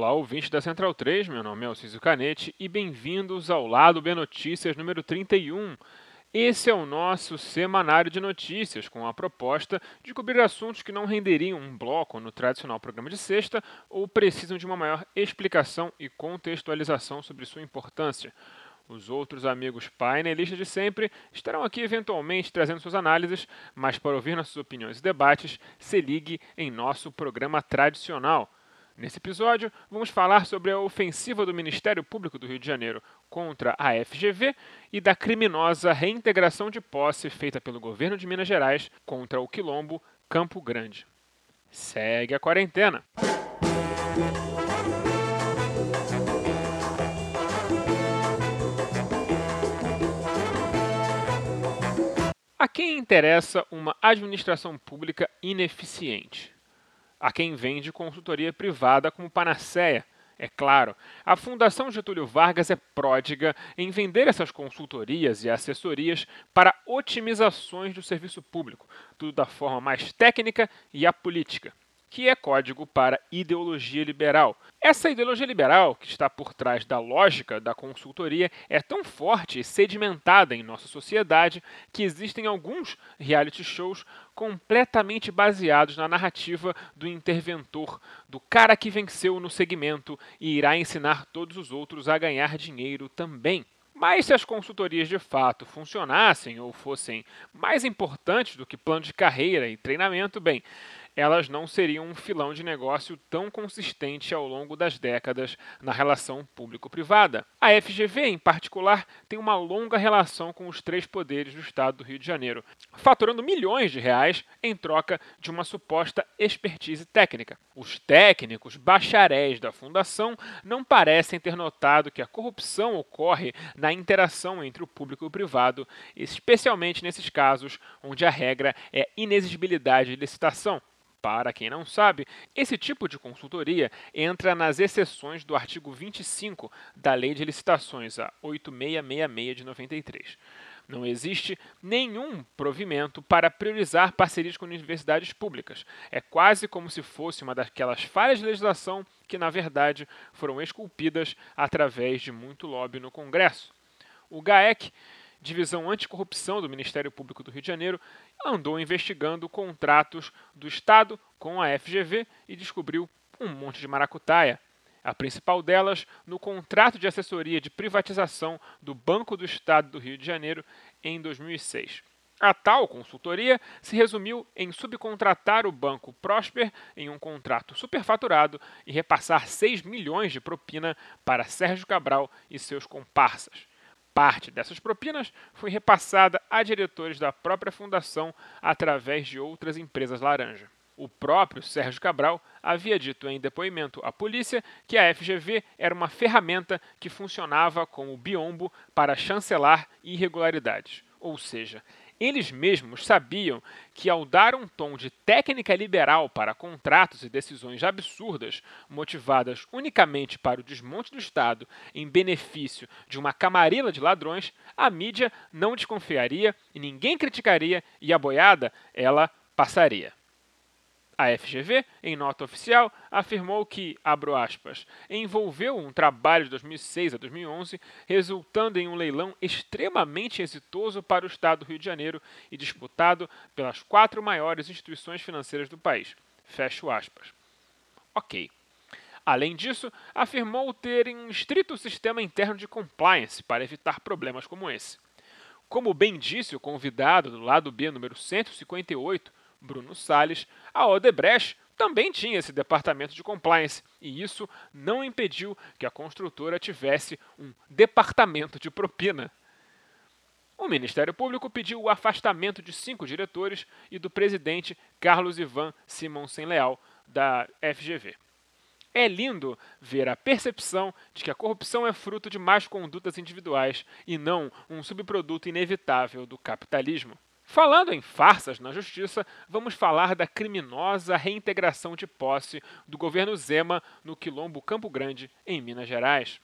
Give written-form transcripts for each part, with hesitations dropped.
Olá, ouvintes da Central 3, meu nome é Alciso Canete e bem-vindos ao Lado B Notícias número 31. Esse é o nosso semanário de notícias, com a proposta de cobrir assuntos que não renderiam um bloco no tradicional programa de sexta ou precisam de uma maior explicação e contextualização sobre sua importância. Os outros amigos painelistas de sempre estarão aqui eventualmente trazendo suas análises, mas para ouvir nossas opiniões e debates, se ligue em nosso programa tradicional. Nesse episódio, vamos falar sobre a ofensiva do Ministério Público do Rio de Janeiro contra a FGV e da criminosa reintegração de posse feita pelo governo de Minas Gerais contra o quilombo Campo Grande. Segue a quarentena! A quem interessa uma administração pública ineficiente? A quem vende consultoria privada como panaceia. É claro, a Fundação Getúlio Vargas é pródiga em vender essas consultorias e assessorias para otimizações do serviço público, tudo da forma mais técnica e apolítica, que é código para ideologia liberal. Essa ideologia liberal, que está por trás da lógica da consultoria, é tão forte e sedimentada em nossa sociedade que existem alguns reality shows completamente baseados na narrativa do interventor, do cara que venceu no segmento e irá ensinar todos os outros a ganhar dinheiro também. Mas se as consultorias de fato funcionassem ou fossem mais importantes do que plano de carreira e treinamento, bem, elas não seriam um filão de negócio tão consistente ao longo das décadas na relação público-privada. A FGV, em particular, tem uma longa relação com os três poderes do Estado do Rio de Janeiro, faturando milhões de reais em troca de uma suposta expertise técnica. Os técnicos bacharéis da Fundação não parecem ter notado que a corrupção ocorre na interação entre o público e o privado, especialmente nesses casos onde a regra é inexigibilidade de licitação. Para quem não sabe, esse tipo de consultoria entra nas exceções do artigo 25 da Lei de Licitações, a 8666 de 93. Não existe nenhum provimento para priorizar parcerias com universidades públicas. É quase como se fosse uma daquelas falhas de legislação que, na verdade, foram esculpidas através de muito lobby no Congresso. O GAEC, Divisão Anticorrupção do Ministério Público do Rio de Janeiro, andou investigando contratos do Estado com a FGV e descobriu um monte de maracutaia. A principal delas no contrato de assessoria de privatização do Banco do Estado do Rio de Janeiro em 2006. A tal consultoria se resumiu em subcontratar o Banco Prosper em um contrato superfaturado e repassar 6 milhões de propina para Sérgio Cabral e seus comparsas. Parte dessas propinas foi repassada a diretores da própria fundação através de outras empresas laranja. O próprio Sérgio Cabral havia dito em depoimento à polícia que a FGV era uma ferramenta que funcionava como biombo para chancelar irregularidades. Ou seja, eles mesmos sabiam que, ao dar um tom de técnica liberal para contratos e decisões absurdas, motivadas unicamente para o desmonte do Estado em benefício de uma camarila de ladrões, a mídia não desconfiaria e ninguém criticaria e a boiada, ela passaria. A FGV, em nota oficial, afirmou que, abro aspas, envolveu um trabalho de 2006 a 2011, resultando em um leilão extremamente exitoso para o Estado do Rio de Janeiro e disputado pelas 4 maiores instituições financeiras do país. Fecho aspas. Ok. Além disso, afirmou ter um estrito sistema interno de compliance para evitar problemas como esse. Como bem disse o convidado do lado B número 158, Bruno Salles, a Odebrecht também tinha esse departamento de compliance, e isso não impediu que a construtora tivesse um departamento de propina. O Ministério Público pediu o afastamento de 5 diretores e do presidente Carlos Ivan Simonsen Leal, da FGV. É lindo ver a percepção de que a corrupção é fruto de más condutas individuais e não um subproduto inevitável do capitalismo. Falando em farsas na justiça, vamos falar da criminosa reintegração de posse do governo Zema no quilombo Campo Grande, em Minas Gerais.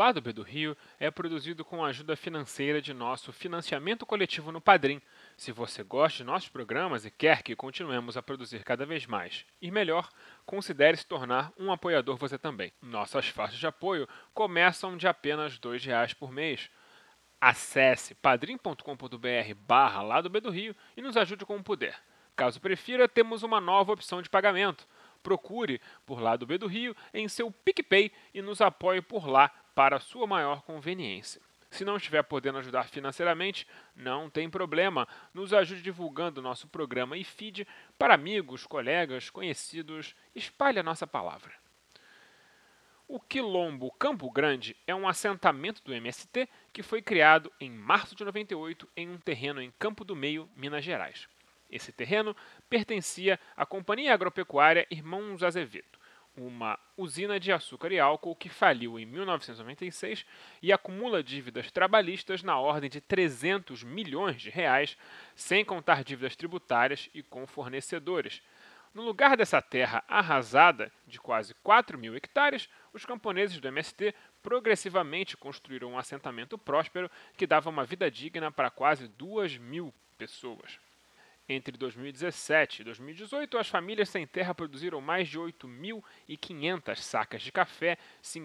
Lado B do Rio é produzido com a ajuda financeira de nosso financiamento coletivo no Padrim. Se você gosta de nossos programas e quer que continuemos a produzir cada vez mais e melhor, considere se tornar um apoiador você também. Nossas faixas de apoio começam de apenas R$ 2 por mês. Acesse padrim.com.br/Lado B do Rio e nos ajude como puder. Caso prefira, temos uma nova opção de pagamento. Procure por Lado B do Rio em seu PicPay e nos apoie por lá para sua maior conveniência. Se não estiver podendo ajudar financeiramente, não tem problema. Nos ajude divulgando nosso programa e feed para amigos, colegas, conhecidos. Espalhe a nossa palavra. O Quilombo Campo Grande é um assentamento do MST que foi criado em março de 98 em um terreno em Campo do Meio, Minas Gerais. Esse terreno pertencia à Companhia Agropecuária Irmãos Azevedo, uma usina de açúcar e álcool que faliu em 1996 e acumula dívidas trabalhistas na ordem de 300 milhões de reais, sem contar dívidas tributárias e com fornecedores. No lugar dessa terra arrasada, de quase 4.000 hectares, os camponeses do MST progressivamente construíram um assentamento próspero que dava uma vida digna para quase 2.000 pessoas. Entre 2017 e 2018, as famílias sem terra produziram mais de 8.500 sacas de café,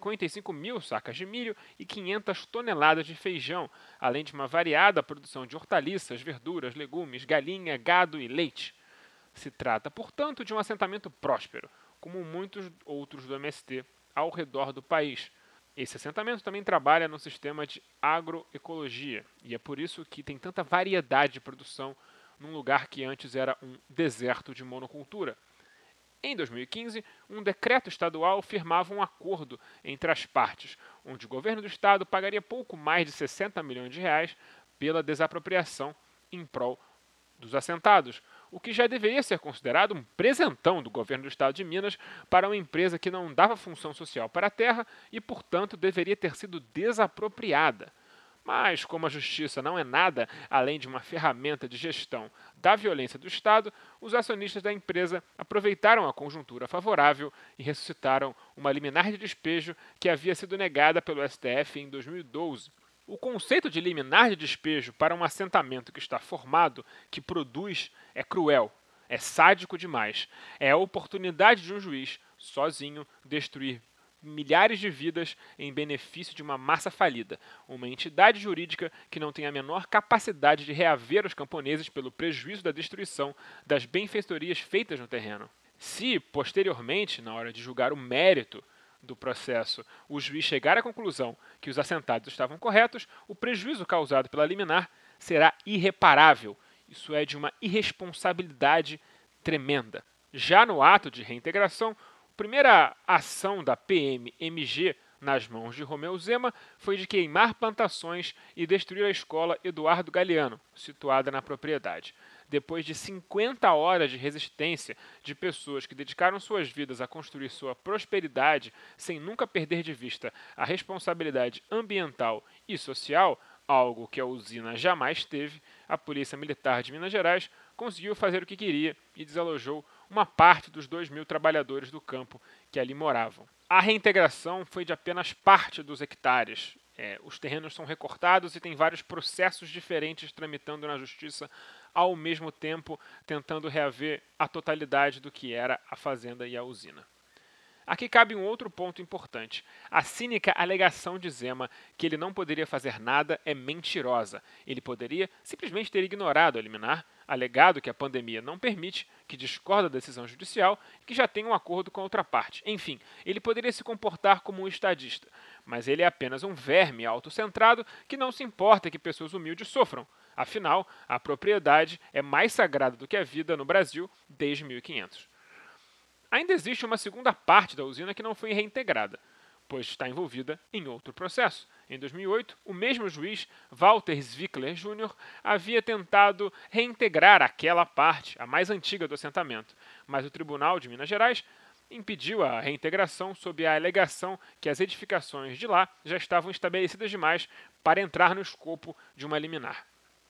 55.000 sacas de milho e 500 toneladas de feijão, além de uma variada produção de hortaliças, verduras, legumes, galinha, gado e leite. Se trata, portanto, de um assentamento próspero, como muitos outros do MST ao redor do país. Esse assentamento também trabalha no sistema de agroecologia, e é por isso que tem tanta variedade de produção num lugar que antes era um deserto de monocultura. Em 2015, um decreto estadual firmava um acordo entre as partes, onde o governo do estado pagaria pouco mais de 60 milhões de reais pela desapropriação em prol dos assentados, o que já deveria ser considerado um presentão do governo do estado de Minas para uma empresa que não dava função social para a terra e, portanto, deveria ter sido desapropriada. Mas, como a justiça não é nada além de uma ferramenta de gestão da violência do Estado, os acionistas da empresa aproveitaram a conjuntura favorável e ressuscitaram uma liminar de despejo que havia sido negada pelo STF em 2012. O conceito de liminar de despejo para um assentamento que está formado, que produz, é cruel, é sádico demais. É a oportunidade de um juiz, sozinho, destruir milhares de vidas em benefício de uma massa falida, uma entidade jurídica que não tem a menor capacidade de reaver os camponeses pelo prejuízo da destruição das benfeitorias feitas no terreno. Se, posteriormente, na hora de julgar o mérito do processo, o juiz chegar à conclusão que os assentados estavam corretos, o prejuízo causado pela liminar será irreparável. Isso é de uma irresponsabilidade tremenda. Já no ato de reintegração, a primeira ação da PM-MG nas mãos de Romeu Zema foi de queimar plantações e destruir a escola Eduardo Galeano, situada na propriedade. Depois de 50 horas de resistência de pessoas que dedicaram suas vidas a construir sua prosperidade sem nunca perder de vista a responsabilidade ambiental e social, algo que a usina jamais teve, a Polícia Militar de Minas Gerais conseguiu fazer o que queria e desalojou uma parte dos 2.000 trabalhadores do campo que ali moravam. A reintegração foi de apenas parte dos hectares. Os terrenos são recortados e tem vários processos diferentes tramitando na justiça ao mesmo tempo, tentando reaver a totalidade do que era a fazenda e a usina. Aqui cabe um outro ponto importante. A cínica alegação de Zema que ele não poderia fazer nada é mentirosa. Ele poderia simplesmente ter ignorado a liminar, alegado que a pandemia não permite, que discorda da decisão judicial e que já tem um acordo com a outra parte. Enfim, ele poderia se comportar como um estadista, mas ele é apenas um verme autocentrado que não se importa que pessoas humildes sofram. Afinal, a propriedade é mais sagrada do que a vida no Brasil desde 1500. Ainda existe uma segunda parte da usina que não foi reintegrada, pois está envolvida em outro processo. Em 2008, o mesmo juiz, Walter Zwickler Jr., havia tentado reintegrar aquela parte, a mais antiga do assentamento, mas o Tribunal de Minas Gerais impediu a reintegração sob a alegação que as edificações de lá já estavam estabelecidas demais para entrar no escopo de uma liminar.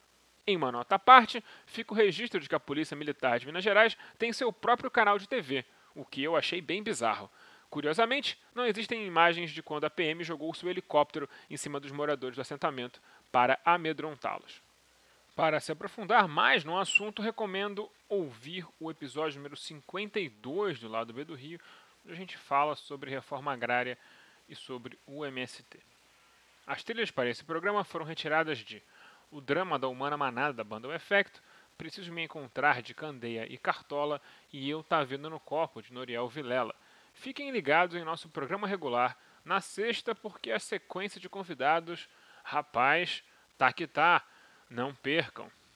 Em uma nota à parte, fica o registro de que a Polícia Militar de Minas Gerais tem seu próprio canal de TV, o que eu achei bem bizarro. Curiosamente, não existem imagens de quando a PM jogou seu helicóptero em cima dos moradores do assentamento para amedrontá-los. Para se aprofundar mais no assunto, recomendo ouvir o episódio número 52 do Lado B do Rio, onde a gente fala sobre reforma agrária e sobre o MST. As trilhas para esse programa foram retiradas de O Drama da Humana Manada, da banda O Efecto, Preciso Me Encontrar, de Candeia e Cartola, e Eu Tá Vendo no Copo, de Noriel Vilela. Fiquem ligados em nosso programa regular na sexta, porque a sequência de convidados, rapaz, tá que tá, não percam.